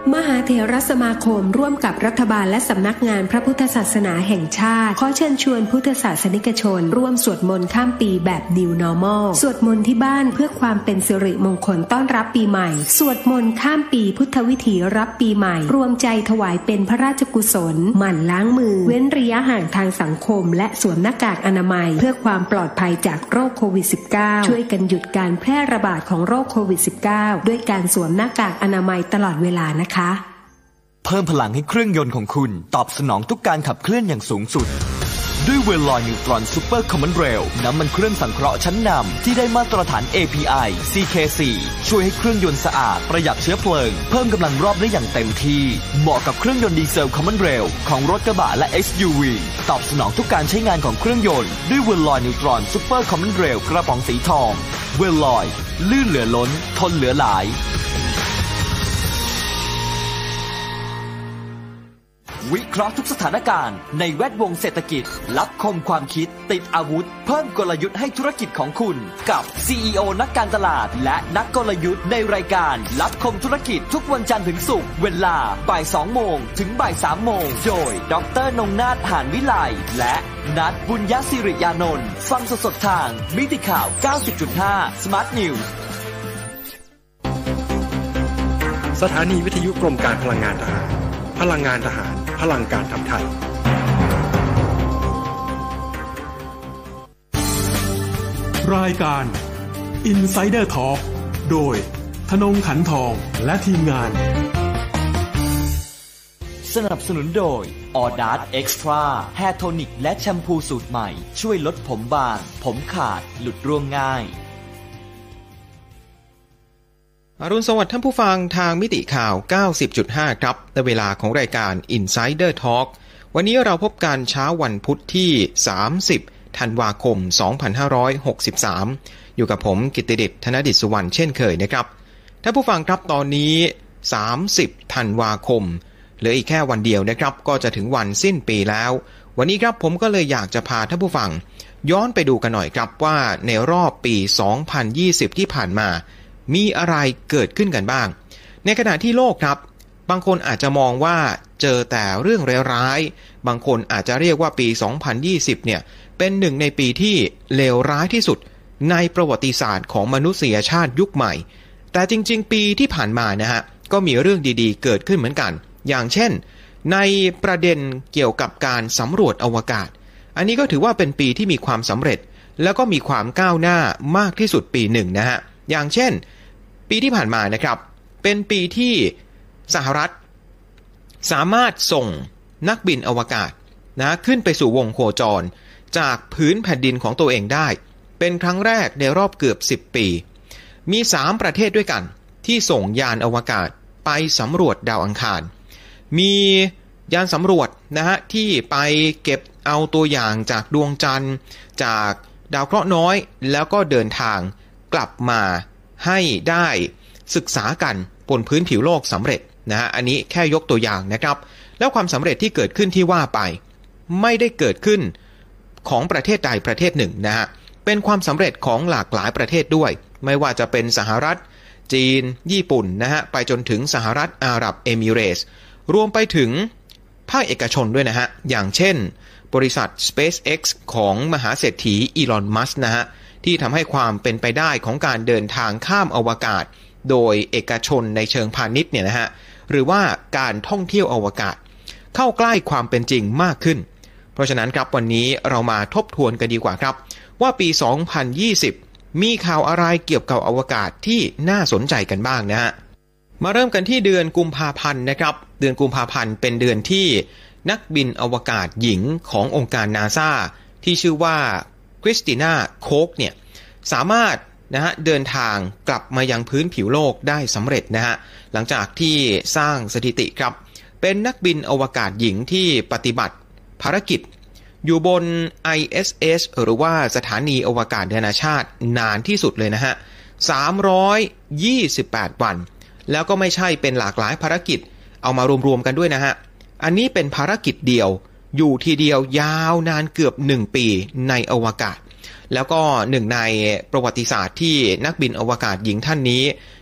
มหาเถรสมาคมร่วมกับรัฐบาลและสำนักงานพระพุทธศาสนาแห่งชาติขอเชิญชวนพุทธศาสนิกชนร่วมสวดมนต์ข้ามปีแบบ New Normal สวดมนต์ที่บ้านเพื่อความเป็นสิริมงคลต้อนรับปีใหม่สวดมนต์ข้ามปีพุทธวิถีรับปีใหม่รวมใจถวายเป็นพระราชกุศลหมั่นล้างมือเว้นระยะห่างทางสังคมและสวมหน้ากากอนามัยเพื่อความปลอดภัยจากโรคโควิด -19 ช่วยกันหยุดการแพร่ระบาดของโรคโควิด -19 ด้วยการสวมหน้ากากอนามัยตลอดเวลานะคะเพิ่มพลังให้เครื่องยนต์ของคุณตอบสนองทุกการขับเคลื่อนอย่างสูงสุดด้วยเวลลอยนิวตรอนซูเปอร์คอมมอนเรลน้ำมันเครื่องสังเคราะห์ชั้นนำที่ได้มาตรฐาน API CK4 ช่วยให้เครื่องยนต์สะอาดประหยัดเชื้อเพลิงเพิ่มกำลังรอบได้อย่างเต็มที่เหมาะกับเครื่องยนต์ดีเซลคอมมอนเรลของรถกระบะและ SUV ตอบสนองทุกการใช้งานของเครื่องยนต์ด้วยเวลลอยนิวตรอนซูเปอร์คอมมอนเรลกระป๋องสีทองเวลลอยลื่นเหลือล้นทนเหลือหลายวิเคราะห์ทุกสถานการณ์ในแวดวงเศรษฐกิจรับคมความคิดติดอาวุธเพิ่มกลยุทธ์ให้ธุรกิจของคุณกับ CEO นักการตลาดและนักกลยุทธ์ในรายการรับคมธุรกิจทุกวันจันทร์ถึงศุกร์เวลาบ่าย 2 โมงถึงบ่าย 3 โมงโดยดร.นงนาถ หานวิไลและนัทบุญยศิริยานนท์ฟังสดๆทางมิติข่าว 90.5 Smart News สถานีวิทยุกรมการพลังงานทหารพลังงานทหารพลังการทำไทยรายการ Insider Talk โดยธนงขันทองและทีมงานสนับสนุนโดย Audart Extra Hair Tonic และแชมพูสูตรใหม่ช่วยลดผมบางผมขาดหลุดร่วงง่ายอรุณสวัสดิ์ท่านผู้ฟังทางมิติข่าว 90.5 ครับในเวลาของรายการ Insider Talk วันนี้เราพบกันเช้าวันพุธที่ 30 ธันวาคม 2563 อยู่กับผมกิตติเดช ธนดิษฐ์สุวรรณเช่นเคยนะครับท่านผู้ฟังครับตอนนี้ 30 ธันวาคมเหลืออีกแค่วันเดียวนะครับก็จะถึงวันสิ้นปีแล้ววันนี้ครับผมก็เลยอยากจะพาท่านผู้ฟังย้อนไปดูกันหน่อยครับว่าในรอบปี 2020 ที่ผ่านมามีอะไรเกิดขึ้นกันบ้างในขณะที่โลกครับบางคนอาจจะมองว่าเจอแต่เรื่องร้ายๆบางคนอาจจะเรียกว่าปี 2020 เนี่ยเป็นหนึ่งในปีที่เลวร้ายที่สุดในประวัติศาสตร์ของมนุษยชาติยุคใหม่แต่จริงๆปีที่ผ่านมานะฮะก็มีเรื่องดีๆเกิดขึ้นเหมือนกันอย่างเช่นในประเด็นเกี่ยวกับการสำรวจอวกาศอันนี้ก็ถือว่าเป็นปีที่มีความสำเร็จแล้วก็มีความก้าวหน้ามากที่สุดปีหนึ่งนะฮะอย่างเช่นปีที่ผ่านมานะครับเป็นปีที่สหรัฐสามารถส่งนักบินอวกาศนะขึ้นไปสู่วงโคจรจากพื้นแผ่นดินของตัวเองได้เป็นครั้งแรกในรอบเกือบ10ปีมี3ประเทศด้วยกันที่ส่งยานอวกาศไปสำรวจดาวอังคารมียานสำรวจนะฮะที่ไปเก็บเอาตัวอย่างจากดวงจันทร์จากดาวเคราะห์น้อยแล้วก็เดินทางกลับมาให้ได้ศึกษากันบนพื้นผิวโลกสำเร็จนะฮะอันนี้แค่ยกตัวอย่างนะครับแล้วความสำเร็จที่เกิดขึ้นที่ว่าไปไม่ได้เกิดขึ้นของประเทศใดประเทศหนึ่งนะฮะเป็นความสำเร็จของหลากหลายประเทศด้วยไม่ว่าจะเป็นสหรัฐจีนญี่ปุ่นนะฮะไปจนถึงสหรัฐอาหรับเอมิเรตส์รวมไปถึงภาคเอกชนด้วยนะฮะอย่างเช่นบริษัท SpaceX ของมหาเศรษฐีอีลอนมัสก์นะฮะที่ทำให้ความเป็นไปได้ของการเดินทางข้ามอวกาศโดยเอกชนในเชิงพาณิชย์เนี่ยนะฮะหรือว่าการท่องเที่ยวอวกาศเข้าใกล้ความเป็นจริงมากขึ้นเพราะฉะนั้นครับวันนี้เรามาทบทวนกันดีกว่าครับว่าปี 2020 มีข่าวอะไรเกี่ยวกับอวกาศที่น่าสนใจกันบ้างนะฮะมาเริ่มกันที่เดือนกุมภาพันธ์นะครับเดือนกุมภาพันธ์เป็นเดือนที่นักบินอวกาศหญิงขององค์การนาซาที่ชื่อว่าคริสติน่าโคกเนี่ยสามารถนะฮะเดินทางกลับมายังพื้นผิวโลกได้สำเร็จนะฮะหลังจากที่สร้างสถิติครับเป็นนักบินอวกาศหญิงที่ปฏิบัติภารกิจอยู่บน ISS หรือว่าสถานีอวกาศนานาชาตินานที่สุดเลยนะฮะ328 วันแล้วก็ไม่ใช่เป็นหลากหลายภารกิจเอามารวมๆกันด้วยนะฮะอันนี้เป็นภารกิจเดียวอยู่ทีเดียวยาวนานเกือบ1ปีในอวกาศแล้วก็หนึ่งในประวัติศาสตร์ที่นักบินอวกาศหญิงท่านนี้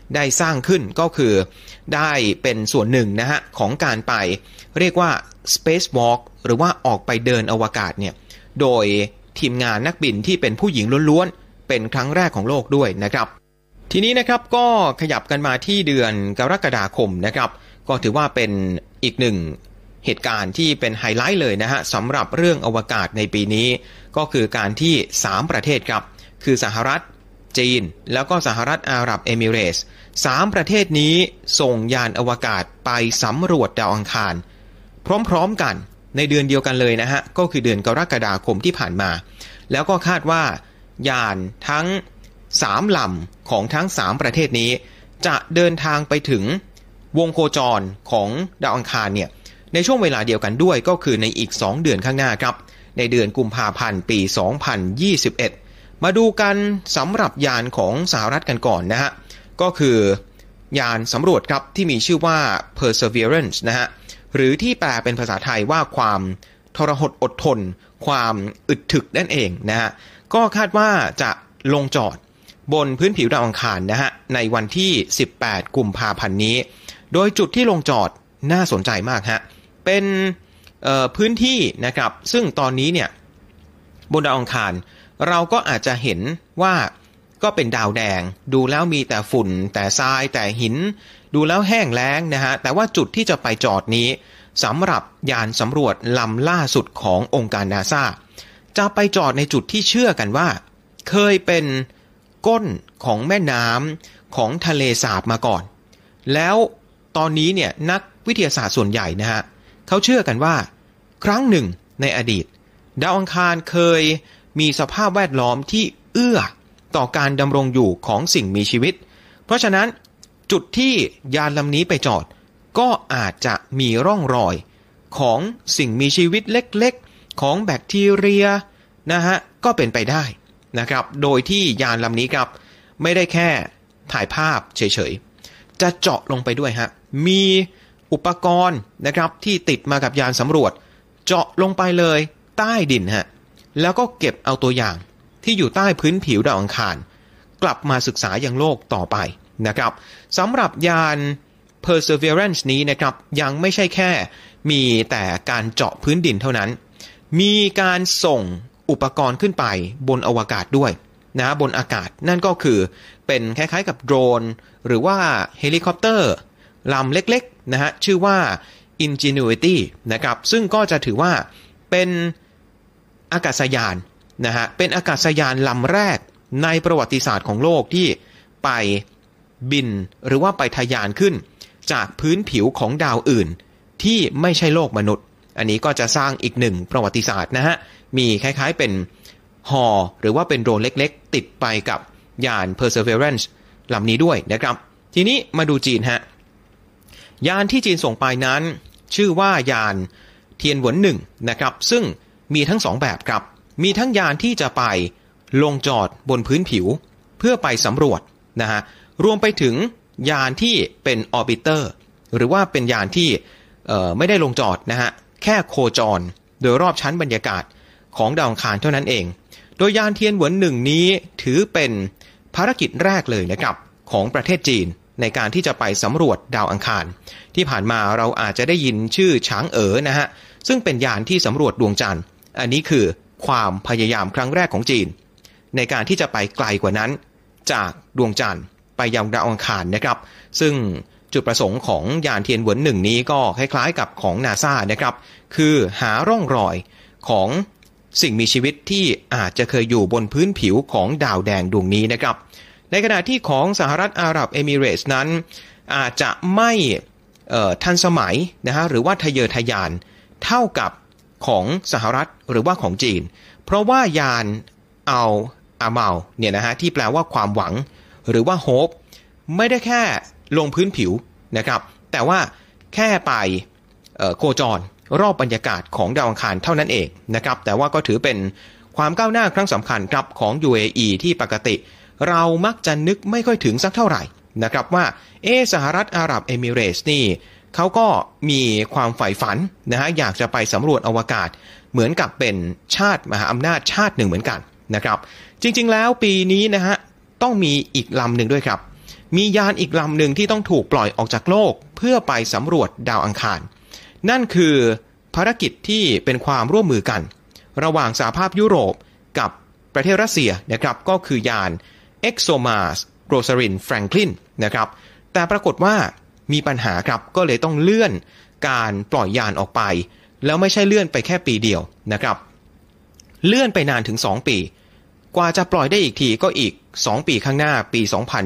ได้สร้างขึ้นก็คือได้เป็นส่วนหนึ่งนะฮะของการไปเรียกว่า Space Walk หรือว่าออกไปเดินอวกาศเนี่ยโดยทีมงานนักบินที่เป็นผู้หญิงล้วนๆเป็นครั้งแรกของโลกด้วยนะครับทีนี้นะครับก็ขยับกันมาที่เดือนกรกฎาคมนะครับก็ถือว่าเป็นอีกหนึ่งเหตุการณ์ที่เป็นไฮไลท์เลยนะฮะสำหรับเรื่องอวกาศในปีนี้ก็คือการที่3ประเทศครับคือสหรัฐจีนแล้วก็สหรัฐอาหรับเอมิเรตส์3ประเทศนี้ส่งยานอวกาศไปสำรวจดาวอังคารพร้อมๆกันในเดือนเดียวกันเลยนะฮะก็คือเดือนกรกฎาคมที่ผ่านมาแล้วก็คาดว่ายานทั้ง3ลำของทั้ง3ประเทศนี้จะเดินทางไปถึงวงโคจรของดาวอังคารเนี่ยในช่วงเวลาเดียวกันด้วยก็คือในอีก2เดือนข้างหน้าครับในเดือนกุมภาพันธ์ปี2021มาดูกันสำหรับยานของสหรัฐกันก่อนนะฮะก็คือยานสำรวจครับที่มีชื่อว่า Perseverance นะฮะหรือที่แปลเป็นภาษาไทยว่าความทรหดอดทนความอึดถึกนั่นเองนะฮะก็คาดว่าจะลงจอดบนพื้นผิวดาวอังคารนะฮะในวันที่18กุมภาพันธ์นี้โดยจุดที่ลงจอดน่าสนใจมากฮะเป็นพื้นที่นะครับซึ่งตอนนี้เนี่ยบนดาวอังคารเราก็อาจจะเห็นว่าก็เป็นดาวแดงดูแล้วมีแต่ฝุ่นแต่ทรายแต่หินดูแล้วแห้งแล้งนะฮะแต่ว่าจุดที่จะไปจอดนี้สำหรับยานสำรวจลำล่าสุดขององค์การ NASA จะไปจอดในจุดที่เชื่อกันว่าเคยเป็นก้นของแม่น้ำของทะเลสาบมาก่อนแล้วตอนนี้เนี่ยนักวิทยาศาสตร์ส่วนใหญ่นะฮะเขาเชื่อกันว่าครั้งหนึ่งในอดีตดาวอังคารเคยมีสภาพแวดล้อมที่เอื้อต่อการดำรงอยู่ของสิ่งมีชีวิตเพราะฉะนั้นจุดที่ยานลำนี้ไปจอดก็อาจจะมีร่องรอยของสิ่งมีชีวิตเล็กๆของแบคทีเรียนะฮะก็เป็นไปได้นะครับโดยที่ยานลำนี้ครับไม่ได้แค่ถ่ายภาพเฉยๆจะเจาะลงไปด้วยฮะมีอุปกรณ์นะครับที่ติดมากับยานสำรวจเจาะลงไปเลยใต้ดินฮะแล้วก็เก็บเอาตัวอย่างที่อยู่ใต้พื้นผิวดาวอังคารกลับมาศึกษายังโลกต่อไปนะครับสำหรับยาน Perseverance นี้นะครับยังไม่ใช่แค่มีแต่การเจาะพื้นดินเท่านั้นมีการส่งอุปกรณ์ขึ้นไปบนอวกาศด้วยนะบนอากาศนั่นก็คือเป็นคล้ายๆกับโดรนหรือว่าเฮลิคอปเตอร์ลำเล็กๆนะฮะชื่อว่า Ingenuity นะครับซึ่งก็จะถือว่าเป็นอากาศยานนะฮะเป็นอากาศยานลำแรกในประวัติศาสตร์ของโลกที่ไปบินหรือว่าไปทะยานขึ้นจากพื้นผิวของดาวอื่นที่ไม่ใช่โลกมนุษย์อันนี้ก็จะสร้างอีกหนึ่งประวัติศาสตร์นะฮะมีคล้ายๆเป็นฮอหรือว่าเป็นโดรนเล็กๆติดไปกับยาน Perseverance ลำนี้ด้วยนะครับทีนี้มาดูจีนฮะยานที่จีนส่งไปนั้นชื่อว่ายานเทียนหวนหนึ่งนะครับซึ่งมีทั้ง2แบบครับมีทั้งยานที่จะไปลงจอดบนพื้นผิวเพื่อไปสำรวจนะฮะรวมไปถึงยานที่เป็นออร์บิเตอร์หรือว่าเป็นยานที่ไม่ได้ลงจอดนะฮะแค่โคจรโดยรอบชั้นบรรยากาศของดาวอังคารเท่านั้นเองโดยยานเทียนหวนหนึ่งนี้ถือเป็นภารกิจแรกเลยนะครับของประเทศจีนในการที่จะไปสำรวจดาวอังคารที่ผ่านมาเราอาจจะได้ยินชื่อฉางเอ๋อนะฮะซึ่งเป็นยานที่สำรวจดวงจันทร์อันนี้คือความพยายามครั้งแรกของจีนในการที่จะไปไกลกว่านั้นจากดวงจันทร์ไปยังดาวอังคารนะครับซึ่งจุดประสงค์ของยานเทียนหวนหนึ่งนี้ก็คล้ายๆกับของ NASA นะครับคือหาร่องรอยของสิ่งมีชีวิตที่อาจจะเคยอยู่บนพื้นผิวของดาวแดงดวงนี้นะครับในขณะที่ของสหรัฐอาหรับเอมิเรตส์นั้นอาจจะไม่ทันสมัยนะฮะหรือว่าทะเยอทะยานเท่ากับของสหรัฐหรือว่าของจีนเพราะว่ายานอัลอามัลเนี่ยนะฮะที่แปลว่าความหวังหรือว่าโฮปไม่ได้แค่ลงพื้นผิวนะครับแต่ว่าแค่ไปโคจรรอบบรรยากาศของดาวอังคารเท่านั้นเองนะครับแต่ว่าก็ถือเป็นความก้าวหน้าครั้งสำคัญครับของ UAE ที่ปกติเรามักจะนึกไม่ค่อยถึงสักเท่าไหร่นะครับว่าสหรัฐอาหรับเอมิเรตส์นี่เขาก็มีความใฝ่ฝันนะฮะอยากจะไปสำรวจอวกาศเหมือนกับเป็นชาติมหาอำนาจชาติหนึ่งเหมือนกันนะครับจริงๆแล้วปีนี้นะฮะต้องมีอีกลำหนึ่งด้วยครับมียานอีกลำหนึ่งที่ต้องถูกปล่อยออกจากโลกเพื่อไปสำรวจดาวอังคารนั่นคือภารกิจที่เป็นความร่วมมือกันระหว่างสหภาพยุโรปกับประเทศรัสเซียนะครับก็คือยาน ExoMars Rosalind Franklin นะครับแต่ปรากฏว่ามีปัญหาครับก็เลยต้องเลื่อนการปล่อยยานออกไปแล้วไม่ใช่เลื่อนไปแค่ปีเดียวนะครับเลื่อนไปนานถึง2ปีกว่าจะปล่อยได้อีกทีก็อีก2ปีข้างหน้าปี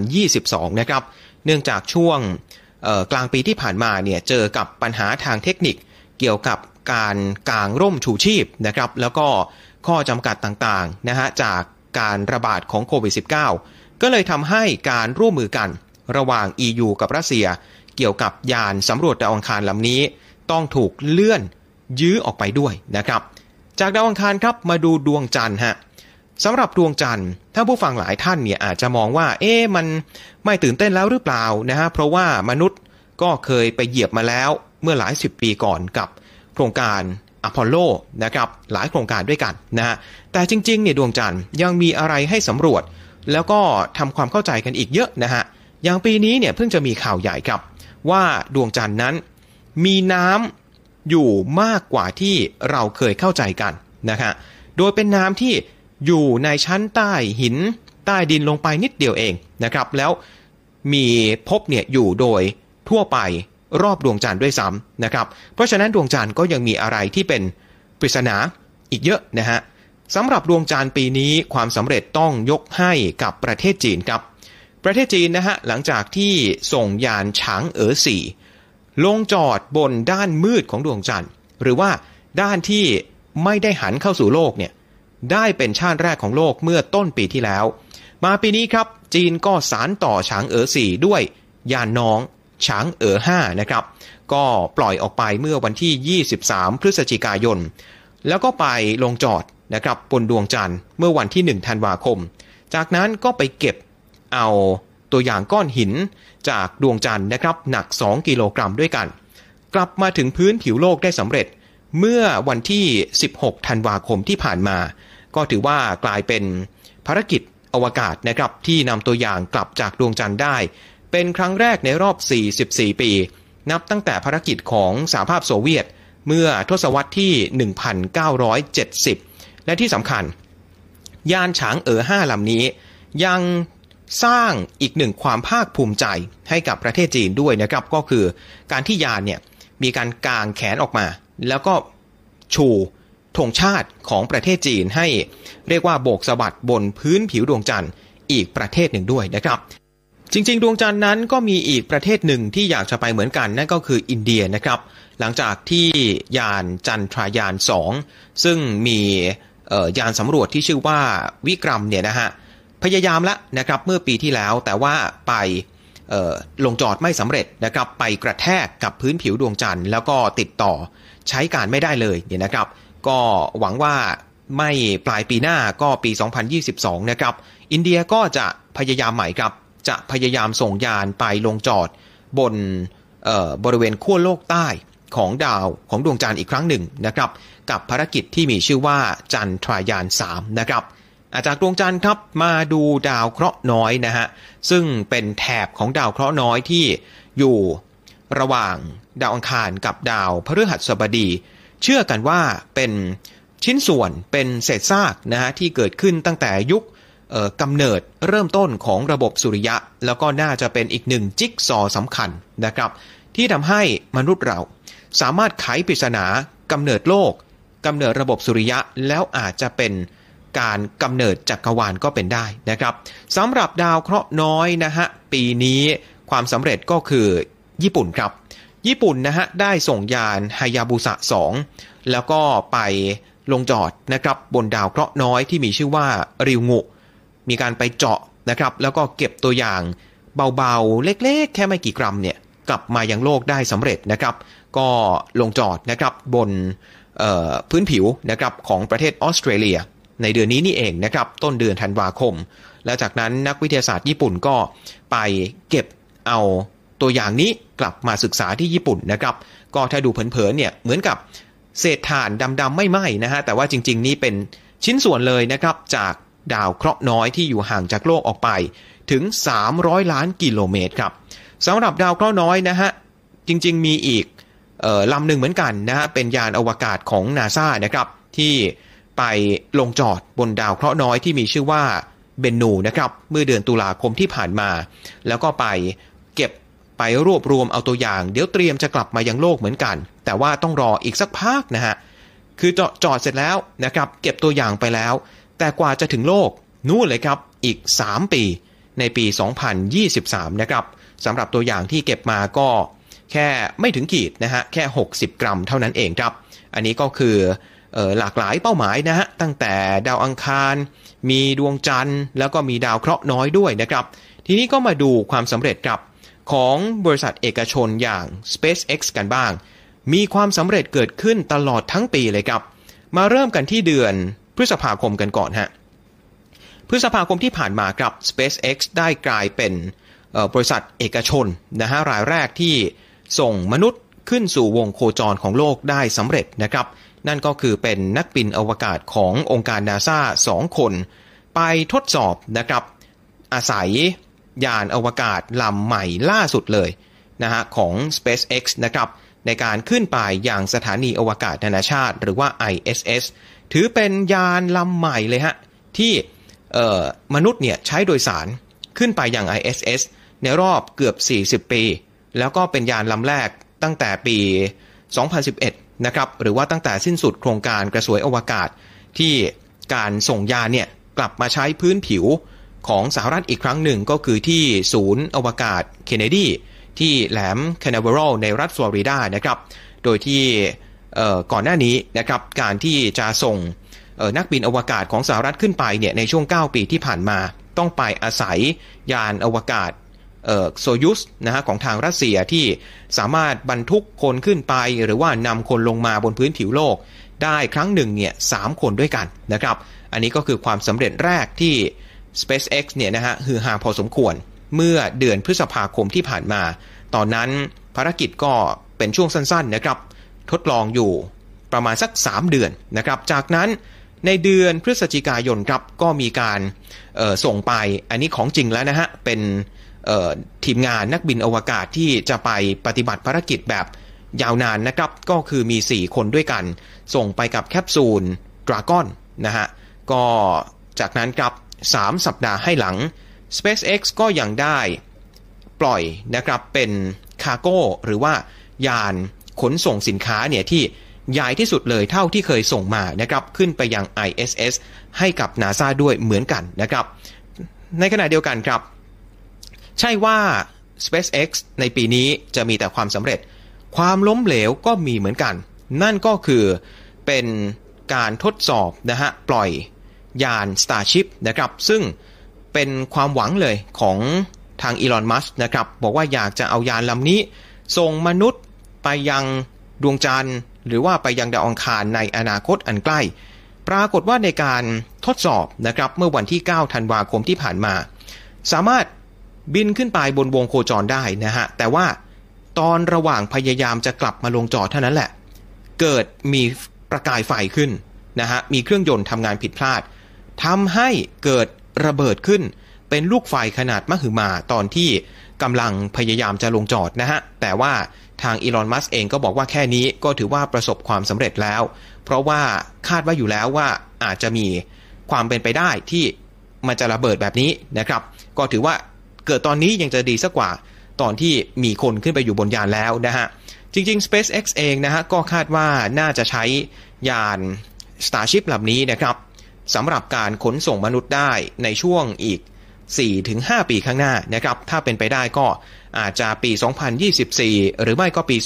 2022นะครับเนื่องจากช่วงกลางปีที่ผ่านมาเนี่ยเจอกับปัญหาทางเทคนิคเกี่ยวกับการกางร่มชูชีพนะครับแล้วก็ข้อจำกัดต่างๆนะฮะจากการระบาดของโควิด -19 ก็เลยทำให้การร่วมมือกันระหว่าง EU กับรัสเซียเกี่ยวกับยานสำรวจดาวอังคารลำนี้ต้องถูกเลื่อนยื้อออกไปด้วยนะครับจากดาวอังคารครับมาดูดวงจันทร์ฮะสำหรับดวงจันทร์ถ้าผู้ฟังหลายท่านเนี่ยอาจจะมองว่ามันไม่ตื่นเต้นแล้วหรือเปล่านะฮะเพราะว่ามนุษย์ก็เคยไปเหยียบมาแล้วเมื่อหลาย10ปีก่อนกับโครงการอพอลโลนะครับหลายโครงการด้วยกันนะฮะแต่จริงๆเนี่ยดวงจันทร์ยังมีอะไรให้สำรวจแล้วก็ทำความเข้าใจกันอีกเยอะนะฮะอย่างปีนี้เนี่ยเพิ่งจะมีข่าวใหญ่ครับว่าดวงจันทร์นั้นมีน้ำอยู่มากกว่าที่เราเคยเข้าใจกันนะฮะโดยเป็นน้ำที่อยู่ในชั้นใต้หินใต้ดินลงไปนิดเดียวเองนะครับแล้วมีพบเนี่ยอยู่โดยทั่วไปรอบดวงจันทร์ด้วยซ้ำนะครับเพราะฉะนั้นดวงจันทร์ก็ยังมีอะไรที่เป็นปริศนาอีกเยอะนะฮะสำหรับดวงจันทร์ปีนี้ความสำเร็จต้องยกให้กับประเทศจีนครับประเทศจีนนะฮะหลังจากที่ส่งยานฉางเอ๋อ4ลงจอดบนด้านมืดของดวงจันทร์หรือว่าด้านที่ไม่ได้หันเข้าสู่โลกเนี่ยได้เป็นชาติแรกของโลกเมื่อต้นปีที่แล้วมาปีนี้ครับจีนก็สานต่อฉางเอ๋อ4ด้วยยานน้องฉางเอ๋อ5นะครับก็ปล่อยออกไปเมื่อวันที่23พฤศจิกายนแล้วก็ไปลงจอดนะครับบนดวงจันทร์เมื่อวันที่1ธันวาคมจากนั้นก็ไปเก็บเอาตัวอย่างก้อนหินจากดวงจันทร์นะครับหนัก2กิโลกรัมด้วยกันกลับมาถึงพื้นผิวโลกได้สำเร็จเมื่อวันที่16ธันวาคมที่ผ่านมาก็ถือว่ากลายเป็นภารกิจอวกาศนะครับที่นำตัวอย่างกลับจากดวงจันทร์ได้เป็นครั้งแรกในรอบ44ปีนับตั้งแต่ภารกิจของสหภาพโซเวียตเมื่อทศวรรษที่1970และที่สำคัญยานฉางเอ๋อ5ลำนี้ยังสร้างอีกหนึ่งความภาคภูมิใจให้กับประเทศจีนด้วยนะครับก็คือการที่ยานเนี่ยมีการกางแขนออกมาแล้วก็ชูธงชาติของประเทศจีนให้เรียกว่าโบกสะบัดบนพื้นผิวดวงจันทร์อีกประเทศหนึ่งด้วยนะครับจริงๆดวงจันทร์นั้นก็มีอีกประเทศหนึ่งที่อยากจะไปเหมือนกันนั่นก็คืออินเดียนะครับหลังจากที่ยานจันทรายาน2ซึ่งมียานสำรวจที่ชื่อว่าวิกรัมเนี่ยนะฮะพยายามแล้วนะครับเมื่อปีที่แล้วแต่ว่าไปลงจอดไม่สำเร็จนะครับไปกระแทกกับพื้นผิวดวงจันทร์แล้วก็ติดต่อใช้การไม่ได้เลยเนี่ยนะครับก็หวังว่าไม่ปลายปีหน้าก็ปี2022นะครับอินเดียก็จะพยายามใหม่ครับจะพยายามส่งยานไปลงจอดบนบริเวณขั้วโลกใต้ของดาวของดวงจันทร์อีกครั้งหนึ่งนะครับกับภารกิจที่มีชื่อว่าจันทรายาน3นะครับจากดวงจันทร์ครับมาดูดาวเคราะห์น้อยนะฮะซึ่งเป็นแถบของดาวเคราะห์น้อยที่อยู่ระหว่างดาวอังคารกับดาวพฤหัสบดีเชื่อกันว่าเป็นชิ้นส่วนเป็นเศษซากนะฮะที่เกิดขึ้นตั้งแต่ยุคกำเนิดเริ่มต้นของระบบสุริยะแล้วก็น่าจะเป็นอีกหนึ่งจิ๊กซอว์สำคัญนะครับที่ทำให้มนุษย์เราสามารถไขปริศนากำเนิดโลกกำเนิดระบบสุริยะแล้วอาจจะเป็นการกำเนิดจักรวาลก็เป็นได้นะครับสำหรับดาวเคราะห์น้อยนะฮะปีนี้ความสำเร็จก็คือญี่ปุ่นครับญี่ปุ่นนะฮะได้ส่งยานฮายาบุสะ2แล้วก็ไปลงจอดนะครับบนดาวเคราะห์น้อยที่มีชื่อว่าริวงุมีการไปเจาะนะครับแล้วก็เก็บตัวอย่างเบาๆเล็กๆแค่ไม่กี่กรัมเนี่ยกลับมายังโลกได้สำเร็จนะครับก็ลงจอดนะครับบนพื้นผิวนะครับของประเทศออสเตรเลียในเดือนนี้นี่เองนะครับต้นเดือนธันวาคมและจากนั้นนักวิทยาศาสตร์ญี่ปุ่นก็ไปเก็บเอาตัวอย่างนี้กลับมาศึกษาที่ญี่ปุ่นนะครับก็ถ้าดูเผินๆเนี่ยเหมือนกับเศษถ่านดำๆไม่ไหม้นะฮะแต่ว่าจริงๆนี่เป็นชิ้นส่วนเลยนะครับจากดาวเคราะห์น้อยที่อยู่ห่างจากโลกออกไปถึง300ล้านกิโลเมตรครับสำหรับดาวเคราะห์น้อยนะฮะจริงๆมีอีกลำหนึ่งเหมือนกันนะฮะเป็นยานอวกาศของ NASA นะครับที่ไปลงจอดบนดาวเคราะห์น้อยที่มีชื่อว่าเบนนูนะครับเมื่อเดือนตุลาคมที่ผ่านมาแล้วก็ไปเก็บไปรวบรวมเอาตัวอย่างเดี๋ยวเตรียมจะกลับมายังโลกเหมือนกันแต่ว่าต้องรออีกสักพักนะฮะคือจอดเสร็จแล้วนะครับเก็บตัวอย่างไปแล้วแต่กว่าจะถึงโลกนู่นเลยครับอีก3ปีในปี2023นะครับสำหรับตัวอย่างที่เก็บมาก็แค่ไม่ถึงขีดนะฮะแค่60กรัมเท่านั้นเองครับอันนี้ก็คือหลากหลายเป้าหมายนะฮะตั้งแต่ดาวอังคารมีดวงจันทร์แล้วก็มีดาวเคราะห์น้อยด้วยนะครับทีนี้ก็มาดูความสำเร็จครับของบริษัทเอกชนอย่าง SpaceX กันบ้างมีความสำเร็จเกิดขึ้นตลอดทั้งปีเลยครับมาเริ่มกันที่เดือนพฤษภาคมกันก่อนฮะพฤษภาคมที่ผ่านมาครับ SpaceX ได้กลายเป็นบริษัทเอกชนนะฮะรายแรกที่ส่งมนุษย์ขึ้นสู่วงโคจรของโลกได้สำเร็จนะครับนั่นก็คือเป็นนักบินอวกาศขององค์การ NASA 2 คนไปทดสอบนะครับอาศัยยานอวกาศลำใหม่ล่าสุดเลยนะฮะของ SpaceX นะครับในการขึ้นไปยังสถานีอวกาศนานาชาติหรือว่า ISS ถือเป็นยานลำใหม่เลยฮะที่มนุษย์เนี่ยใช้โดยสารขึ้นไปยัง ISS ในรอบเกือบ40ปีแล้วก็เป็นยานลำแรกตั้งแต่ปี2011นะครับหรือว่าตั้งแต่สิ้นสุดโครงการกระสวยอวกาศที่การส่งยานเนี่ยกลับมาใช้พื้นผิวของสหรัฐอีกครั้งหนึ่งก็คือที่ศูนย์อวกาศเคนเนดีที่แหลมแคนาเวอรัลในรัฐฟลอริดานะครับโดยที่ก่อนหน้านี้นะครับการที่จะส่งนักบินอวกาศของสหรัฐขึ้นไปเนี่ยในช่วง9ปีที่ผ่านมาต้องไปอาศัยยานอวกาศโซยุสนะฮะของทางรัสเซียที่สามารถบรรทุกคนขึ้นไปหรือว่านำคนลงมาบนพื้นผิวโลกได้ครั้งหนึ่งเนี่ย3คนด้วยกันนะครับอันนี้ก็คือความสำเร็จแรกที่ SpaceX เนี่ยนะฮะฮือฮาพอสมควรเมื่อเดือนพฤษภาคมที่ผ่านมาตอนนั้นภารกิจก็เป็นช่วงสั้นๆนะครับทดลองอยู่ประมาณสัก3เดือนนะครับจากนั้นในเดือนพฤศจิกายนครับก็มีการส่งไปอันนี้ของจริงแล้วนะฮะเป็นทีมงานนักบินอวกาศที่จะไปปฏิบัติภารกิจแบบยาวนานนะครับก็คือมี4คนด้วยกันส่งไปกับแคปซูล Dragon นะฮะก็จากนั้นครับ3สัปดาห์ให้หลัง SpaceX ก็ยังได้ปล่อยนะครับเป็นคาร์โก้หรือว่ายานขนส่งสินค้าเนี่ยที่ใหญ่ที่สุดเลยเท่าที่เคยส่งมานะครับขึ้นไปยัง ISS ให้กับ NASA ด้วยเหมือนกันนะครับในขณะเดียวกันครับใช่ว่า SpaceX ในปีนี้จะมีแต่ความสำเร็จความล้มเหลวก็มีเหมือนกันนั่นก็คือเป็นการทดสอบนะฮะปล่อยยาน Starship นะครับซึ่งเป็นความหวังเลยของทางอีลอนมัสก์นะครับบอกว่าอยากจะเอายานลำนี้ส่งมนุษย์ไปยังดวงจันทร์หรือว่าไปยังดาวอังคารในอนาคตอันใกล้ปรากฏว่าในการทดสอบนะครับเมื่อวันที่9ธันวาคมที่ผ่านมาสามารถบินขึ้นไปบนวงโคจรได้นะฮะแต่ว่าตอนระหว่างพยายามจะกลับมาลงจอดเท่านั้นแหละเกิดมีประกายไฟขึ้นนะฮะมีเครื่องยนต์ทำงานผิดพลาดทำให้เกิดระเบิดขึ้นเป็นลูกไฟขนาดมหึมาตอนที่กำลังพยายามจะลงจอดนะฮะแต่ว่าทางอีลอนมัสก์เองก็บอกว่าแค่นี้ก็ถือว่าประสบความสำเร็จแล้วเพราะว่าคาดว่าอยู่แล้วว่าอาจจะมีความเป็นไปได้ที่มันจะระเบิดแบบนี้นะครับก็ถือว่าเกิดตอนนี้ยังจะดีสักกว่าตอนที่มีคนขึ้นไปอยู่บนยานแล้วนะฮะจริงๆ SpaceX เองนะฮะก็คาดว่าน่าจะใช้ยาน Starship ลำนี้นะครับสำหรับการขนส่งมนุษย์ได้ในช่วงอีก 4-5 ปีข้างหน้านะครับถ้าเป็นไปได้ก็อาจจะปี2024หรือไม่ก็ปี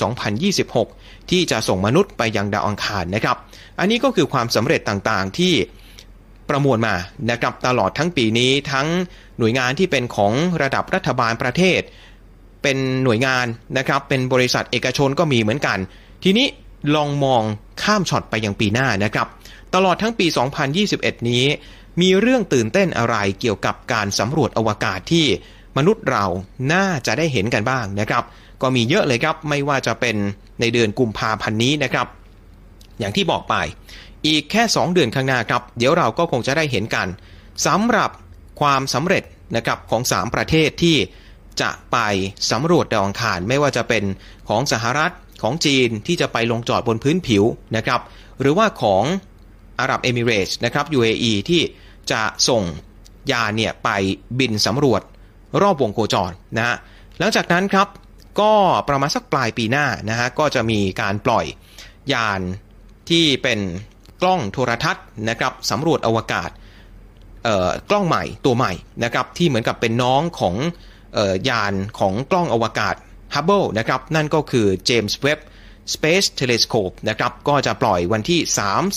2026ที่จะส่งมนุษย์ไปยังดาวอังคารนะครับอันนี้ก็คือความสำเร็จต่างๆที่ประมวลมานะครับตลอดทั้งปีนี้ทั้งหน่วยงานที่เป็นของระดับรัฐบาลประเทศเป็นหน่วยงานนะครับเป็นบริษัทเอกชนก็มีเหมือนกันทีนี้ลองมองข้ามช็อตไปยังปีหน้านะครับตลอดทั้งปี2021นี้มีเรื่องตื่นเต้นอะไรเกี่ยวกับการสำรวจอวกาศที่มนุษย์เราน่าจะได้เห็นกันบ้างนะครับก็มีเยอะเลยครับไม่ว่าจะเป็นในเดือนกุมภาพันธ์นี้นะครับอย่างที่บอกไปอีกแค่2เดือนข้างหน้าครับเดี๋ยวเราก็คงจะได้เห็นกันสำหรับความสำเร็จนะครับของ3ประเทศที่จะไปสำรวจดาวอังคารไม่ว่าจะเป็นของสหรัฐของจีนที่จะไปลงจอดบนพื้นผิวนะครับหรือว่าของอาหรับเอมิเรตส์นะครับ UAE ที่จะส่งยานเนี่ยไปบินสำรวจรอบวงโคจรนะฮะหลังจากนั้นครับก็ประมาณสักปลายปีหน้านะฮะก็จะมีการปล่อยยานที่เป็นกล้องโทรทัศน์นะครับสำรวจอวกาศกล้องใหม่ตัวใหม่นะครับที่เหมือนกับเป็นน้องของยานของกล้องอวกาศ Hubble นะครับนั่นก็คือ James Webb Space Telescope นะครับก็จะปล่อยวันที่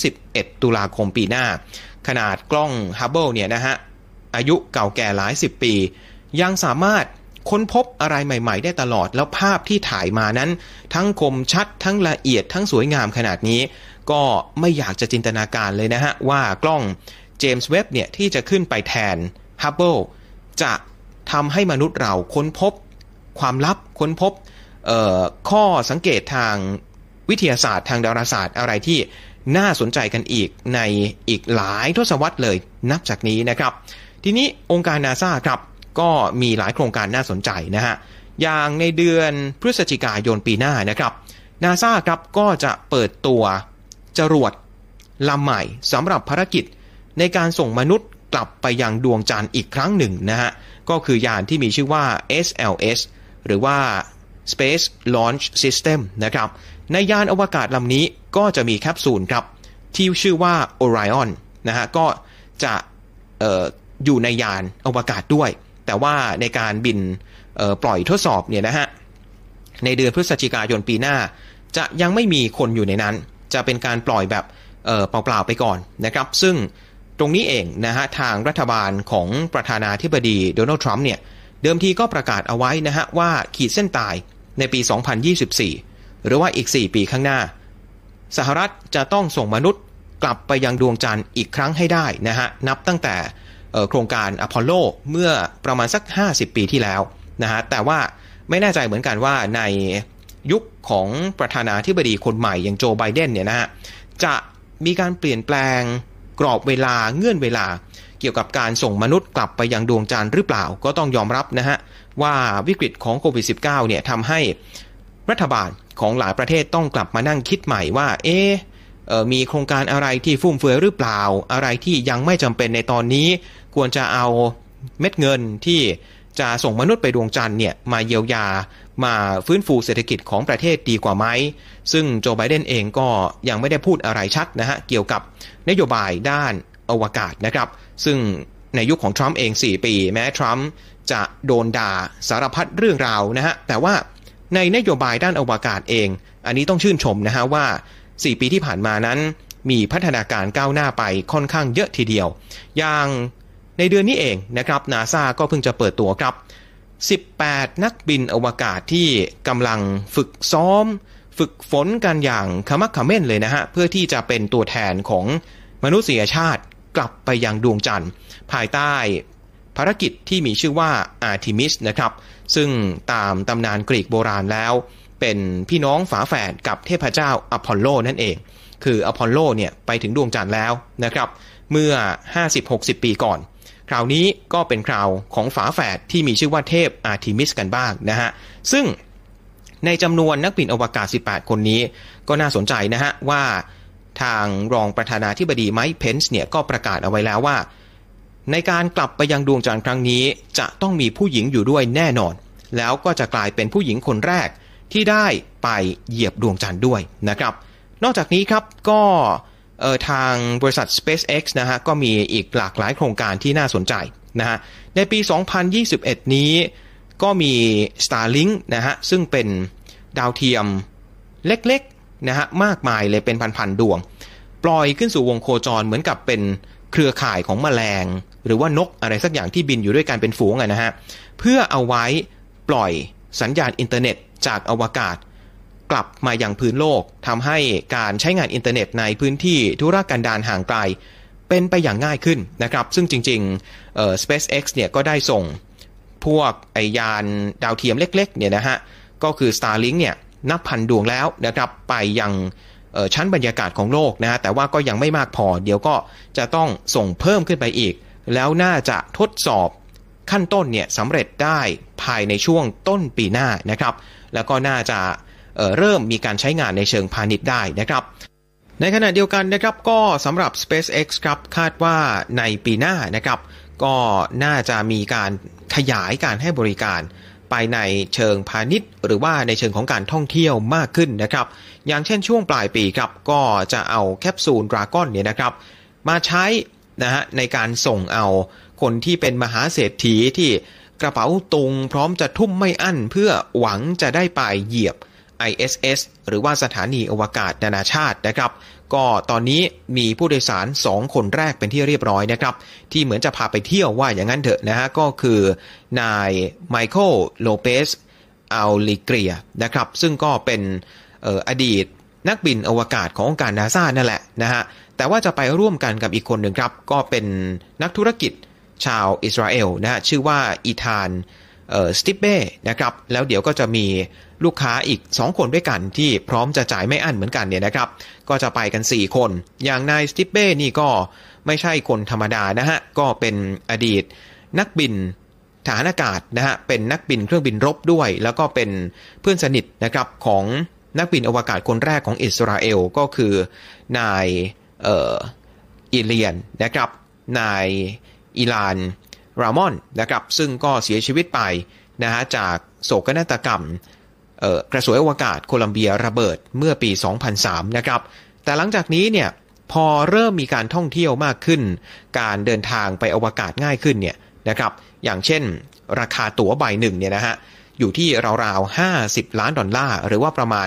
31ตุลาคมปีหน้าขนาดกล้อง Hubble เนี่ยนะฮะอายุเก่าแก่หลาย10ปียังสามารถค้นพบอะไรใหม่ๆได้ตลอดแล้วภาพที่ถ่ายมานั้นทั้งคมชัดทั้งละเอียดทั้งสวยงามขนาดนี้ก็ไม่อยากจะจินตนาการเลยนะฮะว่ากล้อง James Webb เนี่ยที่จะขึ้นไปแทน Hubble จะทำให้มนุษย์เราค้นพบความลับค้นพบข้อสังเกตทางวิทยาศาสตร์ทางดาราศาสตร์อะไรที่น่าสนใจกันอีกในอีกหลายทศวรรษเลยนับจากนี้นะครับทีนี้องค์การ NASA ครับก็มีหลายโครงการน่าสนใจนะฮะอย่างในเดือนพฤศจิกายนปีหน้านะครับ NASA ครับก็จะเปิดตัวจรวดลำใหม่สำหรับภารกิจในการส่งมนุษย์กลับไปยังดวงจันทร์อีกครั้งหนึ่งนะฮะก็คือยานที่มีชื่อว่า SLS หรือว่า Space Launch System นะครับในยานอวกาศลำนี้ก็จะมีแคปซูลครับที่ชื่อว่า Orion นะฮะก็จะอยู่ในยานอวกาศด้วยแต่ว่าในการบินปล่อยทดสอบเนี่ยนะฮะในเดือนพฤศจิกายนปีหน้าจะยังไม่มีคนอยู่ในนั้นจะเป็นการปล่อยแบบเปล่าๆไปก่อนนะครับซึ่งตรงนี้เองนะฮะทางรัฐบาลของประธานาธิบดีโดนัลด์ทรัมป์เนี่ยเดิมทีก็ประกาศเอาไว้นะฮะว่าขีดเส้นตายในปี 2024 หรือว่าอีก4ปีข้างหน้าสหรัฐจะต้องส่งมนุษย์กลับไปยังดวงจันทร์อีกครั้งให้ได้นะฮะนับตั้งแต่โครงการอพอลโลเมื่อประมาณสัก50ปีที่แล้วนะฮะแต่ว่าไม่แน่ใจเหมือนกันว่าในยุคของประธานาธิบดีคนใหม่อย่างโจไบเดนเนี่ยนะฮะจะมีการเปลี่ยนแปลงกรอบเวลาเงื่อนเวลาเกี่ยวกับการส่งมนุษย์กลับไปยังดวงจันทร์หรือเปล่าก็ต้องยอมรับนะฮะว่าวิกฤตของโควิด -19 เนี่ยทำให้รัฐบาลของหลายประเทศต้องกลับมานั่งคิดใหม่ว่ามีโครงการอะไรที่ฟุ่มเฟือยหรือเปล่าอะไรที่ยังไม่จำเป็นในตอนนี้ควรจะเอาเม็ดเงินที่จะส่งมนุษย์ไปดวงจันทร์เนี่ยมาเยียวยามาฟื้นฟูเศรษฐกิจของประเทศดีกว่าไหมซึ่งโจไบเดนเองก็ยังไม่ได้พูดอะไรชัดนะฮะเกี่ยวกับนโยบายด้านอวกาศนะครับซึ่งในยุคของทรัมป์เอง4ปีแม้ทรัมป์จะโดนด่าสารพัดเรื่องราวนะฮะแต่ว่าในนโยบายด้านอวกาศเองอันนี้ต้องชื่นชมนะฮะว่า4ปีที่ผ่านมานั้นมีพัฒนาการก้าวหน้าไปค่อนข้างเยอะทีเดียวอย่างในเดือนนี้เองนะครับ NASA ก็เพิ่งจะเปิดตัวครับ18นักบินอวกาศที่กำลังฝึกซ้อมฝึกฝนกันอย่างขมักเขม้นเลยนะฮะเพื่อที่จะเป็นตัวแทนของมนุษยชาติกลับไปยังดวงจันทร์ภายใต้ภารกิจที่มีชื่อว่า Artemis นะครับซึ่งตามตำนานกรีกโบราณแล้วเป็นพี่น้องฝาแฝดกับเทพเจ้าอพอลโลนั่นเองคืออพอลโลเนี่ยไปถึงดวงจันทร์แล้วนะครับเมื่อ 50-60 ปีก่อนคราวนี้ก็เป็นคราวของฝาแฝดที่มีชื่อว่าเทพอาร์ทิมิสกันบ้างนะฮะซึ่งในจำนวนนักบินอวกาศ18คนนี้ก็น่าสนใจนะฮะว่าทางรองประธานาธิบดีไมค์เพนส์เนี่ยก็ประกาศเอาไว้แล้วว่าในการกลับไปยังดวงจันทร์ครั้งนี้จะต้องมีผู้หญิงอยู่ด้วยแน่นอนแล้วก็จะกลายเป็นผู้หญิงคนแรกที่ได้ไปเหยียบดวงจันทร์ด้วยนะครับนอกจากนี้ครับก็ทางบริษัท SpaceX นะฮะก็มีอีกหลากหลายโครงการที่น่าสนใจนะฮะในปี 2021 นี้ก็มี Starlink นะฮะซึ่งเป็นดาวเทียมเล็กๆนะฮะมากมายเลยเป็นพันๆดวงปล่อยขึ้นสู่วงโคจรเหมือนกับเป็นเครือข่ายของแมลงหรือว่านกอะไรสักอย่างที่บินอยู่ด้วยกันเป็นฝูงนะฮะเพื่อเอาไว้ปล่อยสัญญาณอินเทอร์เน็ตจากอวกาศกลับมายังพื้นโลกทำให้การใช้งานอินเทอร์เน็ตในพื้นที่ธุรกันดารห่างไกลเป็นไปอย่างง่ายขึ้นนะครับซึ่งจริงๆSpaceX เนี่ยก็ได้ส่งพวกยานดาวเทียมเล็กๆเนี่ยนะฮะก็คือ Starlink เนี่ยนับพันดวงแล้วนะครับไปยังชั้นบรรยากาศของโลกนะฮะแต่ว่าก็ยังไม่มากพอเดี๋ยวก็จะต้องส่งเพิ่มขึ้นไปอีกแล้วน่าจะทดสอบขั้นต้นเนี่ยสำเร็จได้ภายในช่วงต้นปีหน้านะครับแล้วก็น่าจะเริ่มมีการใช้งานในเชิงพาณิชย์ได้นะครับในขณะเดียวกันนะครับก็สำหรับ SpaceX ครับคาดว่าในปีหน้านะครับก็น่าจะมีการขยายการให้บริการไปในเชิงพาณิชย์หรือว่าในเชิงของการท่องเที่ยวมากขึ้นนะครับอย่างเช่นช่วงปลายปีครับก็จะเอาแคปซูลดราก้อนเนี่ยนะครับมาใช้นะฮะในการส่งเอาคนที่เป็นมหาเศรษฐีที่กระเป๋าตุงพร้อมจะทุ่มไม่อั้นเพื่อหวังจะได้ไปเหยียบ ISS หรือว่าสถานีอวกาศนานาชาตินะครับก็ตอนนี้มีผู้โดยสาร2คนแรกเป็นที่เรียบร้อยนะครับที่เหมือนจะพาไปเที่ยวว่าอย่างนั้นเถอะนะฮะก็คือนายไมเคิลโลเปสอัลลิเกรียนะครับซึ่งก็เป็นอดีตนักบินอวกาศขององค์การ NASA นั่นแหละนะฮะแต่ว่าจะไปร่วมกันกับอีกคนหนึ่งครับก็เป็นนักธุรกิจชาวอิสราเอลนะฮะชื่อว่าอีธานสติปเบ้นะครับแล้วเดี๋ยวก็จะมีลูกค้าอีก2คนด้วยกันที่พร้อมจะจ่ายไม่อั้นเหมือนกันเนี่ยนะครับก็จะไปกัน4คนอย่างนายสติปเบ้นี่ก็ไม่ใช่คนธรรมดานะฮะก็เป็นอดีตนักบินทหารอากาศนะฮะเป็นนักบินเครื่องบินรบด้วยแล้วก็เป็นเพื่อนสนิทนะครับของนักบินอวกาศคนแรกของอิสราเอลก็คือนายอิเลียนนะครับนายอิลานรามอนนะครับซึ่งก็เสียชีวิตไปนะฮะจากโศกนาฏกรรมกระสวยอวกาศโคลัมเบียระเบิดเมื่อปี 2003 นะครับแต่หลังจากนี้เนี่ยพอเริ่มมีการท่องเที่ยวมากขึ้นการเดินทางไปอวกาศง่ายขึ้นเนี่ยนะครับอย่างเช่นราคาตั๋วใบหนึ่งเนี่ยนะฮะอยู่ที่ราวๆ$50 ล้านหรือว่าประมาณ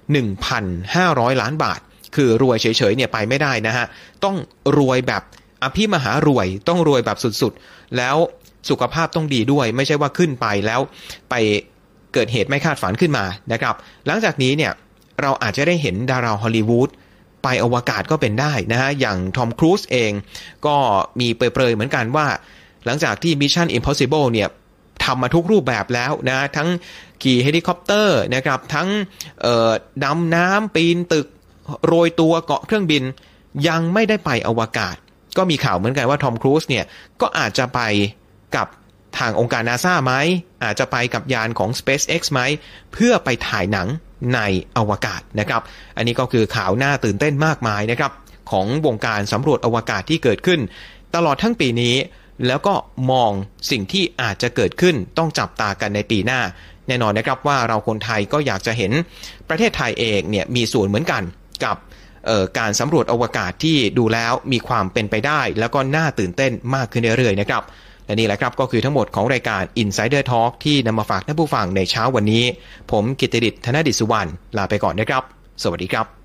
1,500 ล้านบาทคือรวยเฉยๆเนี่ยไปไม่ได้นะฮะต้องรวยแบบอภิมหารวยต้องรวยแบบสุดๆแล้วสุขภาพต้องดีด้วยไม่ใช่ว่าขึ้นไปแล้วไปเกิดเหตุไม่คาดฝันขึ้นมานะครับหลังจากนี้เนี่ยเราอาจจะได้เห็นดาราฮอลลีวูดไปอวกาศก็เป็นได้นะฮะอย่างทอมครูซเองก็มีเปรยๆเหมือนกันว่าหลังจากที่ Mission Impossible เนี่ยทำมาทุกรูปแบบแล้วนะทั้งขี่เฮลิคอปเตอร์นะครับทั้งดำน้ำปีนตึกโรยตัวเกาะเครื่องบินยังไม่ได้ไปอวกาศก็มีข่าวเหมือนกันว่าทอมครูซเนี่ยก็อาจจะไปกับทางองค์การ NASA ไหมอาจจะไปกับยานของ SpaceX ไหมเพื่อไปถ่ายหนังในอวกาศนะครับอันนี้ก็คือข่าวน่าตื่นเต้นมากมายนะครับของวงการสำรวจอวกาศที่เกิดขึ้นตลอดทั้งปีนี้แล้วก็มองสิ่งที่อาจจะเกิดขึ้นต้องจับตากันในปีหน้าแน่นอนนะครับว่าเราคนไทยก็อยากจะเห็นประเทศไทยเองเนี่ยมีส่วนเหมือนกันกับการสำรวจอวกาศที่ดูแล้วมีความเป็นไปได้แล้วก็น่าตื่นเต้นมากขึ้นเรื่อยๆนะครับและนี่แหละครับก็คือทั้งหมดของรายการ Insider Talk ที่นำมาฝากท่านผู้ฟังในเช้าวันนี้ผมกิตติดิษฐ์ ธนดิษฐ์สุวรรณลาไปก่อนนะครับสวัสดีครับ